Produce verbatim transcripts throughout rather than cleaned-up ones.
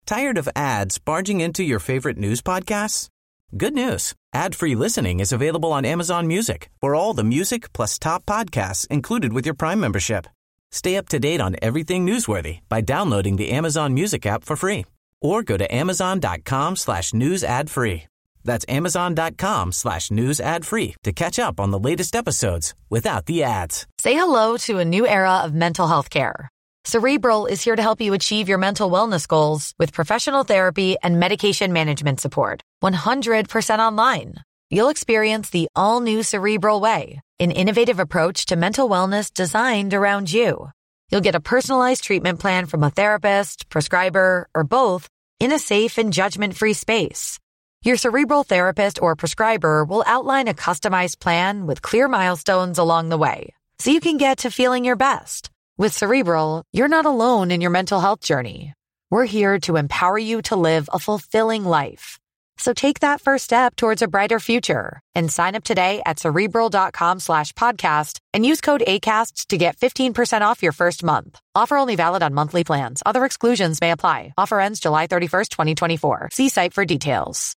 Tired of ads barging into your favorite news podcasts? Good news. Ad-free listening is available on Amazon Music for all the music plus top podcasts included with your Prime membership. Stay up to date on everything newsworthy by downloading the Amazon Music app for free or go to amazon.com slash news ad free. That's amazon.com slash news ad free to catch up on the latest episodes without the ads. Say hello to a new era of mental health care. Cerebral is here to help you achieve your mental wellness goals with professional therapy and medication management support. one hundred percent online. You'll experience the all-new Cerebral Way, an innovative approach to mental wellness designed around you. You'll get a personalized treatment plan from a therapist, prescriber, or both in a safe and judgment-free space. Your Cerebral therapist or prescriber will outline a customized plan with clear milestones along the way, so you can get to feeling your best. With Cerebral, you're not alone in your mental health journey. We're here to empower you to live a fulfilling life. So take that first step towards a brighter future and sign up today at Cerebral.com slash podcast and use code ACAST to get fifteen percent off your first month. Offer only valid on monthly plans. Other exclusions may apply. Offer ends July thirty-first, twenty twenty-four. See site for details.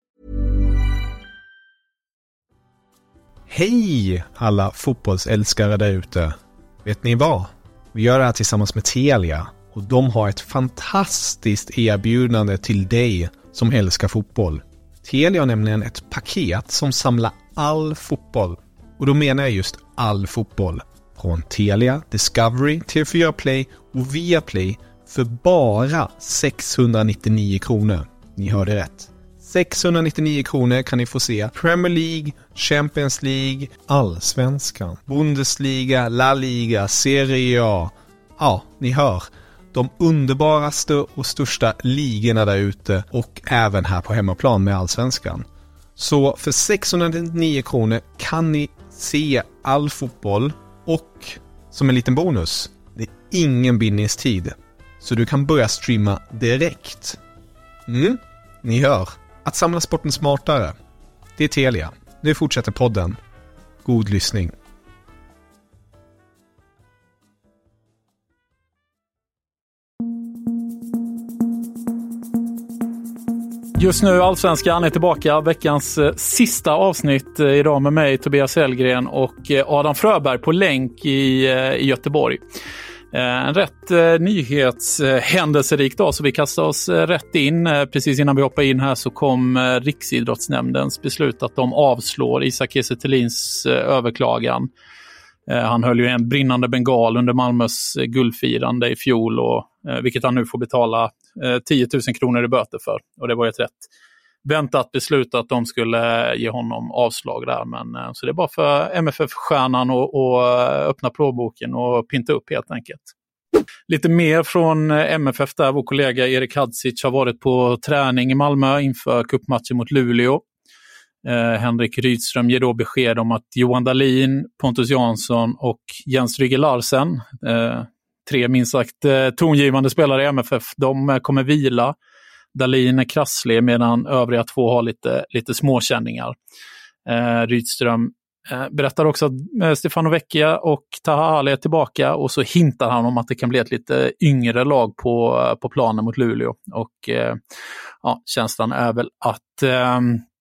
Hej alla fotbollsälskare där ute. Vet ni vad? Vi gör det här tillsammans med Telia och de har ett fantastiskt erbjudande till dig som älskar fotboll. Telia har nämligen ett paket som samlar all fotboll. Och då menar jag just all fotboll. Från Telia, Discovery, T V fyra Play och Viaplay för bara sexhundranittionio kronor. Ni hörde rätt. sexhundranittionio kronor kan ni få se Premier League, Champions League, Allsvenskan, Bundesliga, La Liga, Serie A. Ja, ni hör. De underbaraste och största ligorna där ute och även här på hemmaplan med Allsvenskan. Så för sexhundranittionio kronor kan ni se all fotboll och som en liten bonus, det är ingen bindningstid. Så du kan börja streama direkt. Mm, ni hör. Att samla sporten smartare. Det är Telia. Nu fortsätter podden. God lyssning. Just nu Allsvenskan är tillbaka, veckans eh, sista avsnitt eh, idag med mig, Tobias Hellgren och eh, Adam Fröberg på länk i, eh, i Göteborg. Eh, en rätt eh, nyhetshändelserik dag, så vi kastar oss eh, rätt in. Eh, precis innan vi hoppar in här så kom eh, Riksidrottsnämndens beslut att de avslår Isak Kiese Thelins eh, överklagan. Eh, han höll ju en brinnande bengal under Malmös eh, guldfirande i fjol, och, eh, vilket han nu får betala eh, tio tusen kronor i böter för. Och det var ett rätt väntat beslut att de skulle ge honom avslag där. Men, eh, så det är bara för M F F-stjärnan att öppna plånboken och pinta upp helt enkelt. Lite mer från M F F där. Vår kollega Erik Hadzic har varit på träning i Malmö inför cupmatchen mot Luleå. Eh, Henrik Rydström ger då besked om att Johan Dahlin, Pontus Jansson och Jens Rygge Larsen, eh, tre minst sagt eh, tongivande spelare i M F F, de eh, kommer vila. Dahlin är krasslig medan övriga två har lite, lite småkänningar. Eh, Rydström eh, berättar också att eh, Stefano Vecchia och Taha Ali är tillbaka, och så hintar han om att det kan bli ett lite yngre lag på, på planen mot Luleå. Och eh, ja, känslan är väl att eh,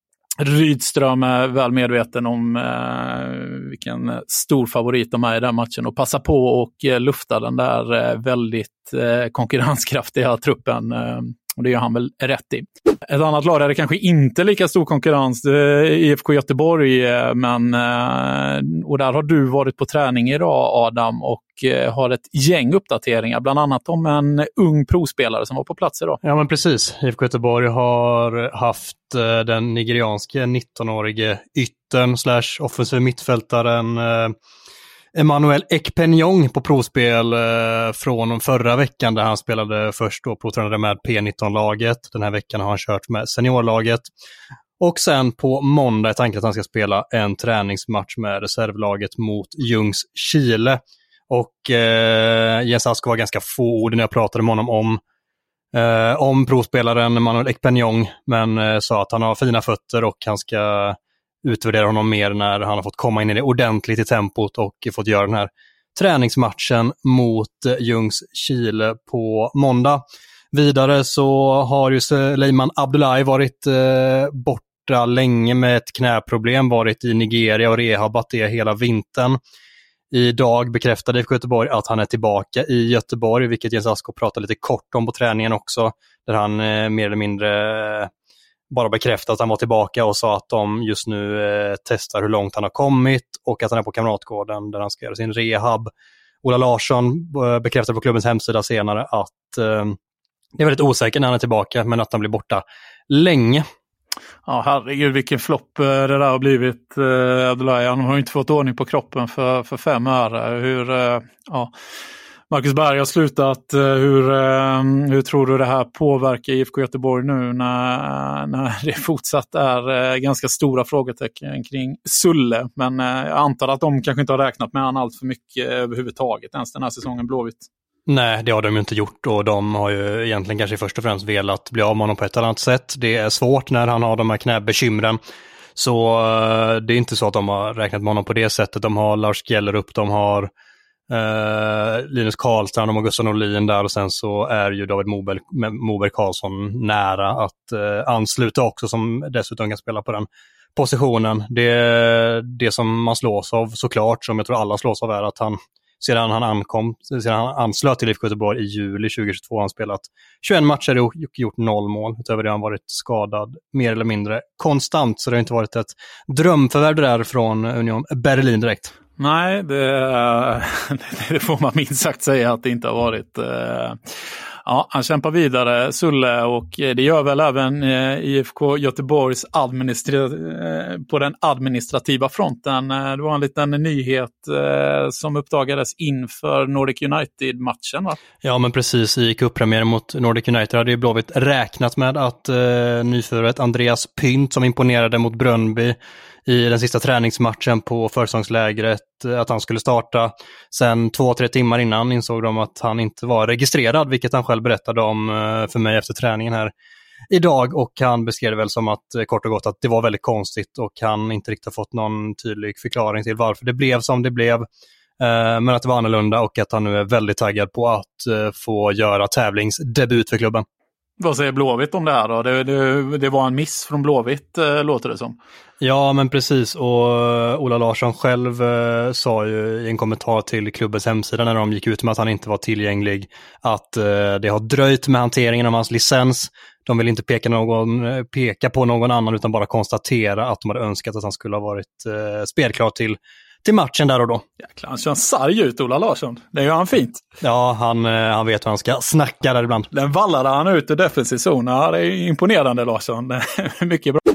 Rydström är väl medveten om eh, vilken stor favorit de är i den matchen och passar på och eh, lufta den där eh, väldigt eh, konkurrenskraftiga truppen. Eh, och det gör han väl rätt i. Ett annat lag är det kanske inte lika stor konkurrens, eh, I F K Göteborg, eh, men eh, och där har du varit på träning idag, Adam, och eh, har ett gäng uppdateringar, bland annat om en ung provspelare som var på plats idag. Ja, men precis. I F K Göteborg har haft eh, den nigerianske nittonårige yttern slash offensiv mittfältaren eh, Emmanuel Ekpenyong på provspel eh, från förra veckan, där han spelade först då provtränade med P nitton-laget. Den här veckan har han kört med seniorlaget. Och sen på måndag är tanken att han ska spela en träningsmatch med reservlaget mot Ljungskile. Och eh, Jens Ask var ganska få ord när jag pratade med honom om, eh, om provspelaren Emmanuel Ekpenyong, men eh, sa att han har fina fötter och han ska utvärdera honom mer när han har fått komma in i det ordentligt i tempot och fått göra den här träningsmatchen mot Ljungskile på måndag. Vidare så har ju Suleiman Abdullahi varit eh, borta länge med ett knäproblem, varit i Nigeria och rehabat det hela vintern. Idag bekräftade I F K Göteborg att han är tillbaka i Göteborg, vilket Jens Asko pratade lite kort om på träningen också, där han eh, mer eller mindre eh, bara bekräftade att han var tillbaka och sa att de just nu eh, testar hur långt han har kommit och att han är på Kamratgården där han ska göra sin rehab. Ola Larsson eh, bekräftade på klubbens hemsida senare att eh, det är väldigt osäkert när han är tillbaka, men att han blir borta länge. Ja, herregud vilken flopp det där har blivit. eh, Abdullahi, han har ju inte fått ordning på kroppen för, för fem år. Hur, eh, ja, Marcus Berg har slutat. eh, Hur, eh, hur tror du det här påverkar I F K Göteborg nu när, när det fortsatt är eh, ganska stora frågetecken kring Sulle? Men eh, jag antar att de kanske inte har räknat med han allt för mycket överhuvudtaget ens den här säsongen Blåvitt. Nej, det har de ju inte gjort och de har ju egentligen kanske först och främst velat bli av med honom på ett annat sätt. Det är svårt när han har de här knäbekymren. Så det är inte så att de har räknat med honom på det sättet. De har Lars Gellerup, de har eh, Linus Karlstrand, de har Gustav Norlin där och sen så är ju David Moberg, Moberg Karlsson nära att eh, ansluta också, som dessutom kan spela på den positionen. Det, det som man slås av såklart, som jag tror alla slås av, är att han Sedan han ankom, sedan han anslöt till I F K Göteborg i juli tjugohundratjugotvå har han spelat tjugoett matcher och gjort noll mål. Utöver det har han varit skadad mer eller mindre konstant, så det har inte varit ett drömförvärv där från Union Berlin direkt. Nej, det, det får man minst sagt säga att det inte har varit. Ja, han kämpar vidare, Sulle, och det gör väl även I F K Göteborgs administra- på den administrativa fronten. Det var en liten nyhet som uppdagades inför Nordic United-matchen, va? Ja, men precis. I cuppremiären mot Nordic United hade ju Blåvitt räknat med att eh, nyförvärvet Andreas Pynt, som imponerade mot Brönnby i den sista träningsmatchen på försäsongslägret, att han skulle starta. Sen två, tre timmar innan insåg de att han inte var registrerad, vilket han själv berättade om för mig efter träningen här idag. Och han beskrev det väl som att, kort och gott, att det var väldigt konstigt och han inte riktigt fått någon tydlig förklaring till varför det blev som det blev. Men att det var annorlunda och att han nu är väldigt taggad på att få göra tävlingsdebut för klubben. Vad säger Blåvitt om det här då? Det, det, det var en miss från Blåvitt, äh, låter det som. Ja, men precis. Och Ola Larsson själv äh, sa ju i en kommentar till klubbens hemsida när de gick ut med att han inte var tillgänglig att äh, det har dröjt med hanteringen av hans licens. De vill inte peka, någon, peka på någon annan utan bara konstatera att de hade önskat att han skulle ha varit äh, spelklar till till matchen där och då. Jäklar, han kör en sarg ut, Ola Larsson. Det gör han fint. Ja, han, han vet hur han ska snacka där ibland. Den vallade han ut i defensiv zon. Ja, det är imponerande, Larsson. Mycket bra.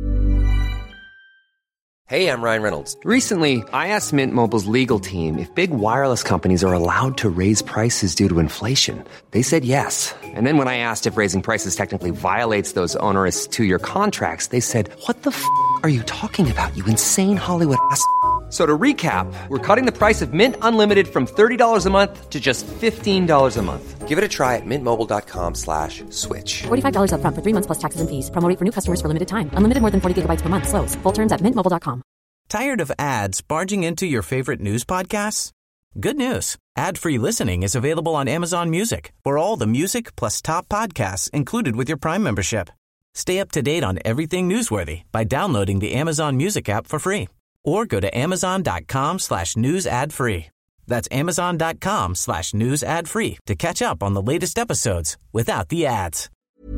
Hey, I'm Ryan Reynolds. Recently, I asked Mint Mobile's legal team if big wireless companies are allowed to raise prices due to inflation. They said yes. And then when I asked if raising prices technically violates those onerous two-year contracts, they said, what the f*** are you talking about, you insane Hollywood ass? So to recap, we're cutting the price of Mint Unlimited from thirty dollars a month to just fifteen dollars a month. Give it a try at mintmobile.com slash switch. forty-five dollars up front for three months plus taxes and fees. Promo rate for new customers for limited time. Unlimited more than forty gigabytes per month. Slows full terms at mint mobile dot com. Tired of ads barging into your favorite news podcasts? Good news. Ad-free listening is available on Amazon Music for all the music plus top podcasts included with your Prime membership. Stay up to date on everything newsworthy by downloading the Amazon Music app for free. Or go to amazon.com slash news ad free. That's amazon.com slash news ad free to catch up on the latest episodes without the ads.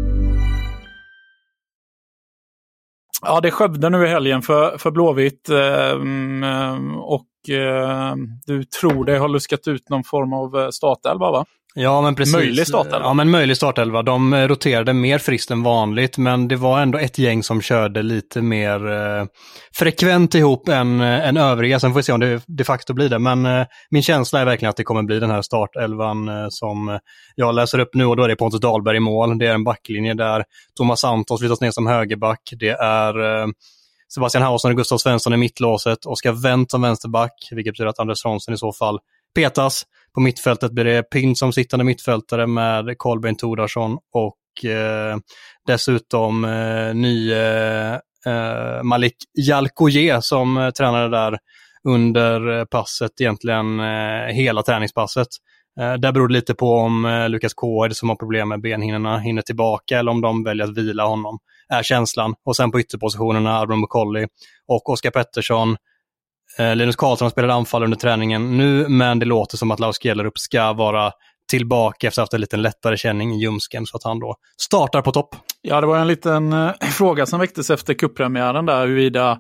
Ja, det Skövde nu i helgen för, för Blåvitt eh, och eh, du tror det har luskat ut någon form av startelva, va? Ja, men precis. Möjlig startelva. Ja, men möjlig startelva. De roterade mer friskt än vanligt, men det var ändå ett gäng som körde lite mer eh, frekvent ihop än, än övriga. Sen får vi se om det de facto blir det. Men eh, min känsla är verkligen att det kommer bli den här startelvan eh, som jag läser upp nu, och då är det Pontus Dahlberg i mål. Det är en backlinje där Thomas Santos flyttas ner som högerback. Det är eh, Sebastian Hausson och Gustav Svensson i mittlåset. Oskar Wendt som vänsterback, vilket betyder att Anders Fransson i så fall petas. På mittfältet blir det Pynt som sittande mittfältare med Kolbeinn Tordarsson och eh, dessutom eh, ny eh, Malik Jalkoje som eh, tränade där under passet, egentligen eh, hela träningspasset. Eh, där beror det lite på om eh, Lukas Kård som har problem med benhinnorna hinner tillbaka eller om de väljer att vila honom, är känslan. Och sen på ytterpositionerna Arbron McCauley och Oskar Pettersson. Eh, Linus Karlsson spelade anfall under träningen nu, men det låter som att Lars Gellerup ska vara tillbaka efter att ha haft en lite lättare känning i ljumsken så att han då startar på topp. Ja, det var en liten eh, fråga som väcktes efter cuppremiären där, huruvida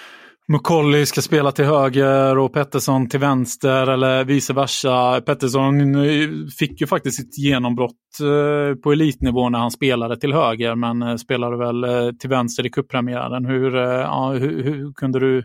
McCauley ska spela till höger och Pettersson till vänster eller vice versa. Pettersson fick ju faktiskt sitt genombrott eh, på elitnivå när han spelade till höger, men eh, spelade väl eh, till vänster i cuppremiären. Hur, eh, ja, hur, hur kunde du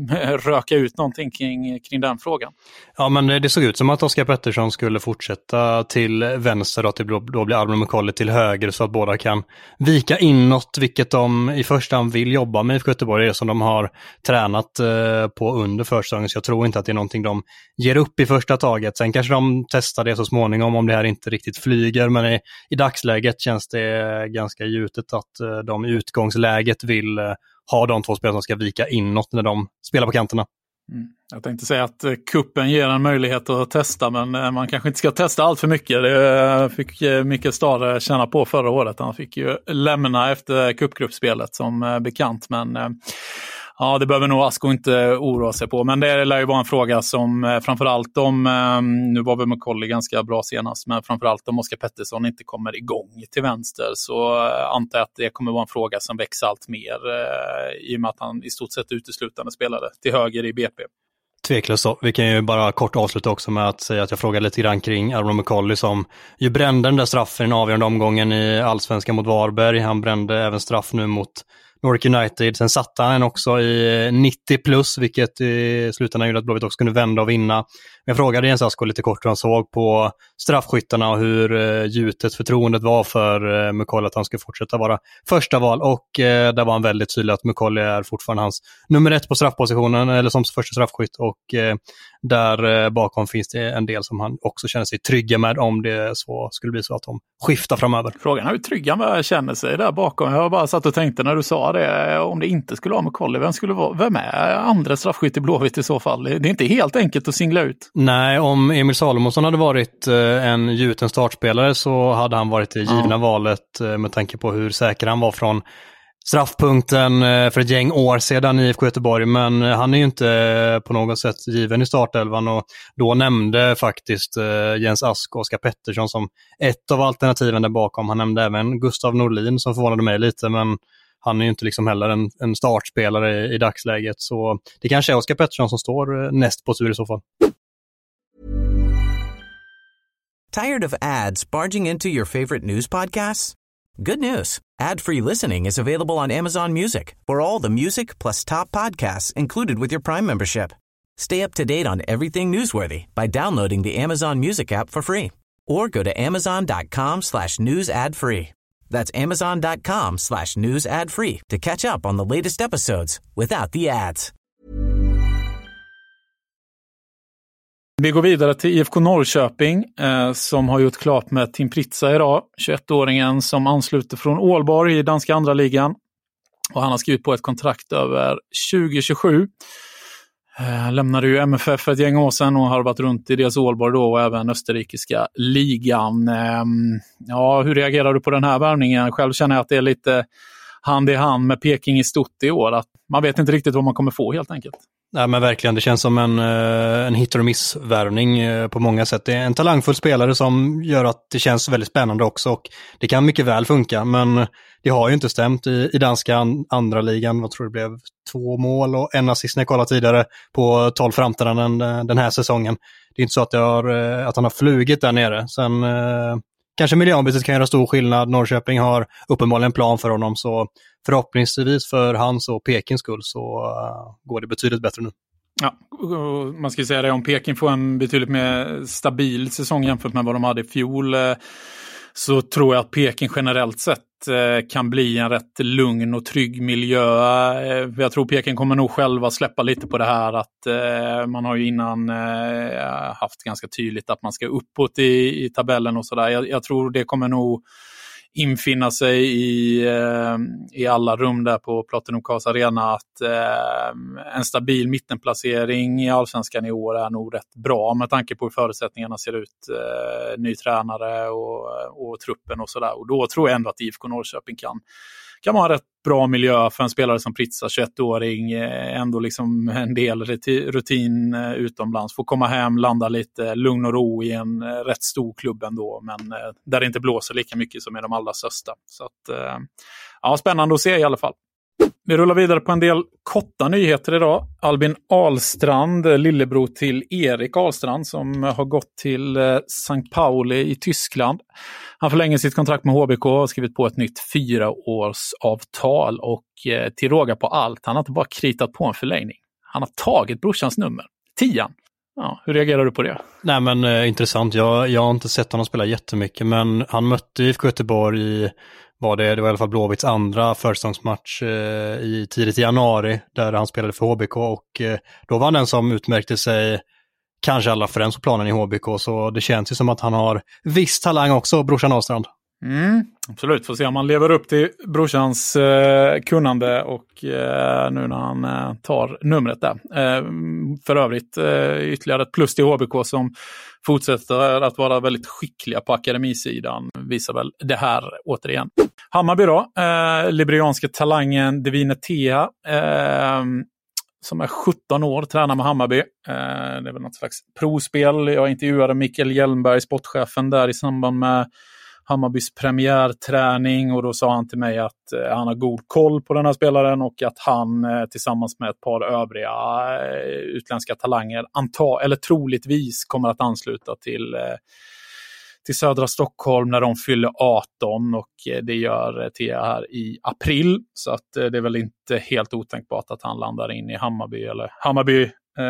röka ut någonting kring, kring den frågan? Ja, men det såg ut som att Oskar Pettersson skulle fortsätta till vänster och då, då blir Arbron McCauley till höger så att båda kan vika inåt, vilket de i första hand vill jobba med i Göteborg, det som de har tränat eh, på under försäsongen, så jag tror inte att det är någonting de ger upp i första taget. Sen kanske de testar det så småningom om det här inte riktigt flyger, men i, i dagsläget känns det ganska gjutet att eh, de i utgångsläget vill eh, ha de två spelare som ska vika inåt när de spelar på kanterna. Mm. Jag tänkte säga att eh, kuppen ger en möjlighet att testa, men eh, man kanske inte ska testa allt för mycket. Det eh, fick eh, Mikael Stare känna på förra året. Han fick ju lämna efter cupgruppspelet som eh, bekant, men eh, ja, det behöver nog Asko inte oroa sig på. Men det lär ju vara en fråga som eh, framförallt om, eh, nu var väl McCauley ganska bra senast, men framförallt om Oskar Pettersson inte kommer igång till vänster, så eh, antar jag att det kommer vara en fråga som växer allt mer eh, i och med att han i stort sett uteslutande spelade till höger i B P. Tveklöst så. Vi kan ju bara kort avsluta också med att säga att jag frågade lite grann kring Arbron McCauley som ju brände den där straffen i den avgörande omgången i Allsvenskan mot Varberg. Han brände även straff nu mot Norwich United. Sen satte han också i nittio plus, vilket i slutändan gjorde att Blåvitt också kunde vända och vinna. Men jag frågade Jens Asko lite kort hur han såg på straffskyttarna och hur uh, gjutet förtroendet var för uh, McCauley att han skulle fortsätta vara första val. Och uh, där var han väldigt tydlig att McCauley är fortfarande hans nummer ett på straffpositionen, eller som första straffskytt. Och uh, där uh, bakom finns det en del som han också känner sig trygga med om det så skulle bli så att de skiftar framöver. Frågan är hur trygga man känner sig där bakom. Jag har bara satt och tänkte när du sa det, om det inte skulle vara McCauley, vem skulle vara, vem är andra straffskytt i Blåvitt i så fall? Det är inte helt enkelt att singla ut. Nej, om Emil Salomonsson hade varit en gjuten startspelare så hade han varit det givna ja. valet med tanke på hur säker han var från straffpunkten för ett gäng år sedan i I F K Göteborg, men han är ju inte på något sätt given i startelvan och då nämnde faktiskt Jens Ask och Oskar Pettersson som ett av alternativen där bakom. Han nämnde även Gustav Norlin som förvånade mig lite, men han är ju inte liksom heller en, en startspelare i, i dagsläget, så det kanske är Oskar Pettersson som står näst på tur i så fall. Tired of ads barging into your favorite news podcasts? Good news. Ad-free listening is available on Amazon Music for all the music plus top podcasts included with your Prime membership. Stay up to date on everything newsworthy by downloading the Amazon Music app for free or go to amazon.com slash news ad free. That's amazon.com slash news ad free to catch up on the latest episodes without the ads. Vi går vidare till I F K Norrköping eh, som har gjort klart med Tim Pritsa idag. tjugoett-åringen som ansluter från Ålborg i danska andra ligan. Och han har skrivit på ett kontrakt över tjugo tjugosju. Eh, lämnade ju M F F för ett gäng år sedan och har varit runt i deras Ålborg då och även österrikiska ligan. Eh, ja, hur reagerar du på den här värvningen? Själv känner jag att det är lite hand i hand med Peking i stort i år. Att man vet inte riktigt vad man kommer få helt enkelt. Nej, men verkligen, det känns som en, en hit or miss-värvning på många sätt. Det är en talangfull spelare som gör att det känns väldigt spännande också och det kan mycket väl funka, men det har ju inte stämt i, i danska an, andra ligan. Vad tror det blev? Två mål och en assist när jag kollade tidigare på tolv framträdanden den här säsongen. Det är inte så att, det har, att han har flugit där nere. Sen eh, kanske miljöombytet kan göra stor skillnad. Norrköping har uppenbarligen en plan för honom, så förhoppningsvis för hans och Pekins skull så uh, går det betydligt bättre nu. Ja, man ska säga det, om Peking får en betydligt mer stabil säsong jämfört med vad de hade i fjol, så tror jag att Peking generellt sett kan bli en rätt lugn och trygg miljö. Jag tror Peking kommer nog själva släppa lite på det här att man har ju innan haft ganska tydligt att man ska uppåt i, i tabellen och sådär. Jag, jag tror det kommer nog infinna sig i, eh, i alla rum där på Platinum Cars Arena att eh, en stabil mittenplacering i Allsvenskan i år är nog rätt bra med tanke på hur förutsättningarna ser ut, eh, ny tränare och, och truppen och sådär. Och då tror jag ändå att I F K Norrköping kan kan vara en rätt bra miljö för en spelare som Pritsa, tjugoett-åring, ändå liksom en del rutin utomlands, får komma hem, landa lite lugn och ro i en rätt stor klubb ändå, men där det inte blåser lika mycket som i de allra största. Så att, ja, spännande att se i alla fall. Vi rullar vidare på en del korta nyheter idag. Albin Ahlstrand, lillebror till Erik Ahlstrand, som har gått till Sankt Pauli i Tyskland. Han förlänger sitt kontrakt med H B K och har skrivit på ett nytt fyraårsavtal och till råga på allt, han har inte bara kritat på en förlängning. Han har tagit brorsans nummer, tian. Ja, hur reagerar du på det? Nej men eh, intressant, jag, jag har inte sett honom spela jättemycket, men han mötte I F K Göteborg i, var det, det var i alla fall Blåvitts andra försäsongsmatch eh, i tidigt i januari där han spelade för H B K och eh, då var han den som utmärkte sig kanske alla främst på planen i H B K, så det känns ju som att han har viss talang också, brorsan Ahlstrand. Mm, absolut, får se om han lever upp till brorsans eh, kunnande och eh, nu när han eh, tar numret där. Eh, för övrigt eh, ytterligare ett plus till H B K som fortsätter att vara väldigt skickliga på akademisidan, visar väl det här återigen. Hammarby då, eh, liberianska talangen Devine Tea eh, som är sjutton år, tränar med Hammarby. Eh, det är väl något slags provspel. Jag intervjuade Mikael Hjelmberg, sportchefen där, i samband med Hammarbys premiärträning, och då sa han till mig att eh, han har god koll på den här spelaren och att han eh, tillsammans med ett par övriga eh, utländska talanger anta, eller troligtvis kommer att ansluta till, eh, till södra Stockholm när de fyller arton, och eh, det gör eh, Tea här i april, så att eh, det är väl inte helt otänkbart att han landar in i Hammarby eller Hammarby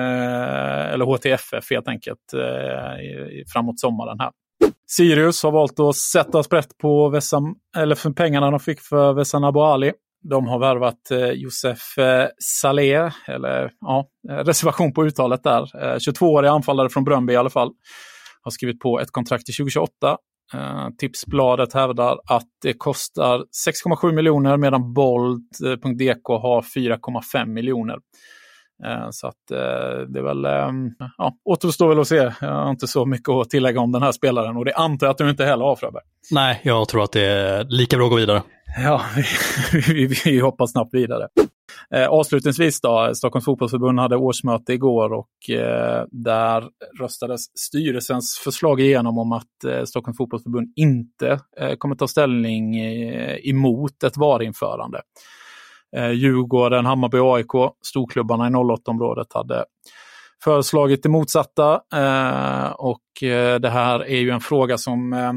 eh, eller H T F F helt enkelt eh, framåt sommaren här. Sirius har valt att sätta sprätt på Vessam, eller för pengarna de fick för Vessan Abu Ali. De har värvat eh, Josef eh, Saleh, eller ja, reservation på uttalet där. Eh, tjugotvåårig anfallare från Bröndby i alla fall. Har skrivit på ett kontrakt till tjugo tjugoåtta. Eh, Tipsbladet hävdar att det kostar sex komma sju miljoner medan bold punkt d k har fyra komma fem miljoner. Så att det är väl, ja, återstår väl att se. Jag har inte så mycket att tillägga om den här spelaren, och det antar jag att du inte heller har, Fröberg. Nej, jag tror att det är lika bra att gå vidare. Ja, vi, vi, vi hoppas snabbt vidare. Eh, avslutningsvis då, Stockholms fotbollsförbund hade årsmöte igår och eh, där röstades styrelsens förslag igenom om att eh, Stockholms fotbollsförbund inte eh, kommer ta ställning eh, emot ett V A R-införande. Eh, Djurgården, Hammarby och A I K, storklubbarna i noll åtta-området, hade föreslagit det motsatta. Eh, och eh, det här är ju en fråga som eh,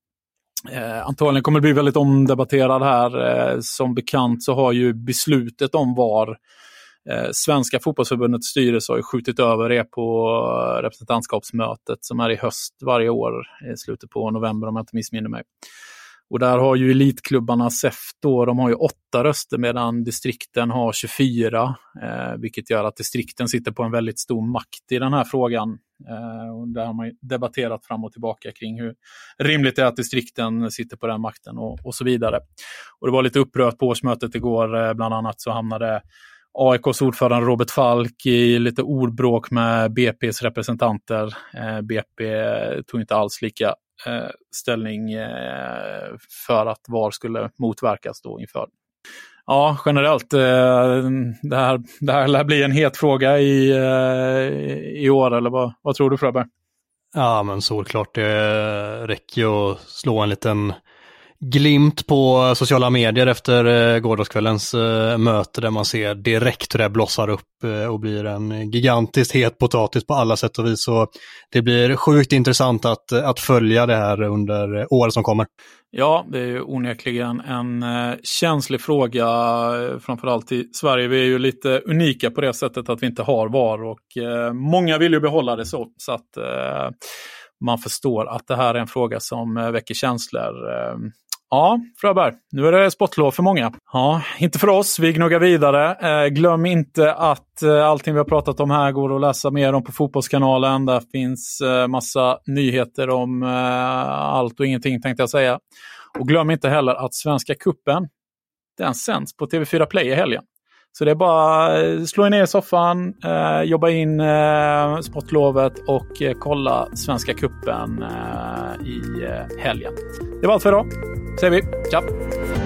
eh, antagligen kommer bli väldigt omdebatterad här. Eh, som bekant så har ju beslutet om V A R, eh, Svenska fotbollsförbundets styrelse har ju skjutit över det på representantskapsmötet som är i höst varje år, i slutet på november om jag inte missminner mig. Och där har ju elitklubbarna S E F då, de har ju åtta röster medan distrikten har tjugofyra. Eh, vilket gör att distrikten sitter på en väldigt stor makt i den här frågan. Eh, och där har man ju debatterat fram och tillbaka kring hur rimligt det är att distrikten sitter på den makten och, och så vidare. Och det var lite upprört på årsmötet igår. Eh, bland annat så hamnade A I K:s ordförande Robert Falk i lite ordbråk med B P:s representanter. Eh, B P tog inte alls lika ställning för att V A R skulle motverkas då inför. Ja, generellt det här, det här lär bli en het fråga i, i år, eller vad, vad tror du, Fröberg? Ja, men såklart det räcker ju att slå en liten glimt på sociala medier efter eh, gårdagskvällens eh, möte där man ser direkt hur det blossar upp eh, och blir en gigantiskt het potatis på alla sätt och vis. Så det blir sjukt intressant att, att följa det här under året som kommer. Ja, det är ju onekligen en eh, känslig fråga, framförallt i Sverige. Vi är ju lite unika på det sättet att vi inte har V A R och eh, många vill ju behålla det så. Så att eh, man förstår att det här är en fråga som eh, väcker känslor. Eh, Ja, Fröberg, nu är det sportlov för många. Ja, inte för oss, vi gnuggar vidare. Eh, glöm inte att eh, allting vi har pratat om här går att läsa mer om på Fotbollskanalen. Där finns eh, massa nyheter om eh, allt och ingenting, tänkte jag säga. Och glöm inte heller att Svenska Cupen, den sänds på T V fyra Play i helgen. Så det är bara att slå ner i soffan, eh, jobba in eh, sportlovet och eh, kolla Svenska Cupen eh, i eh, helgen. Det var allt för idag. Säger vi. Tja!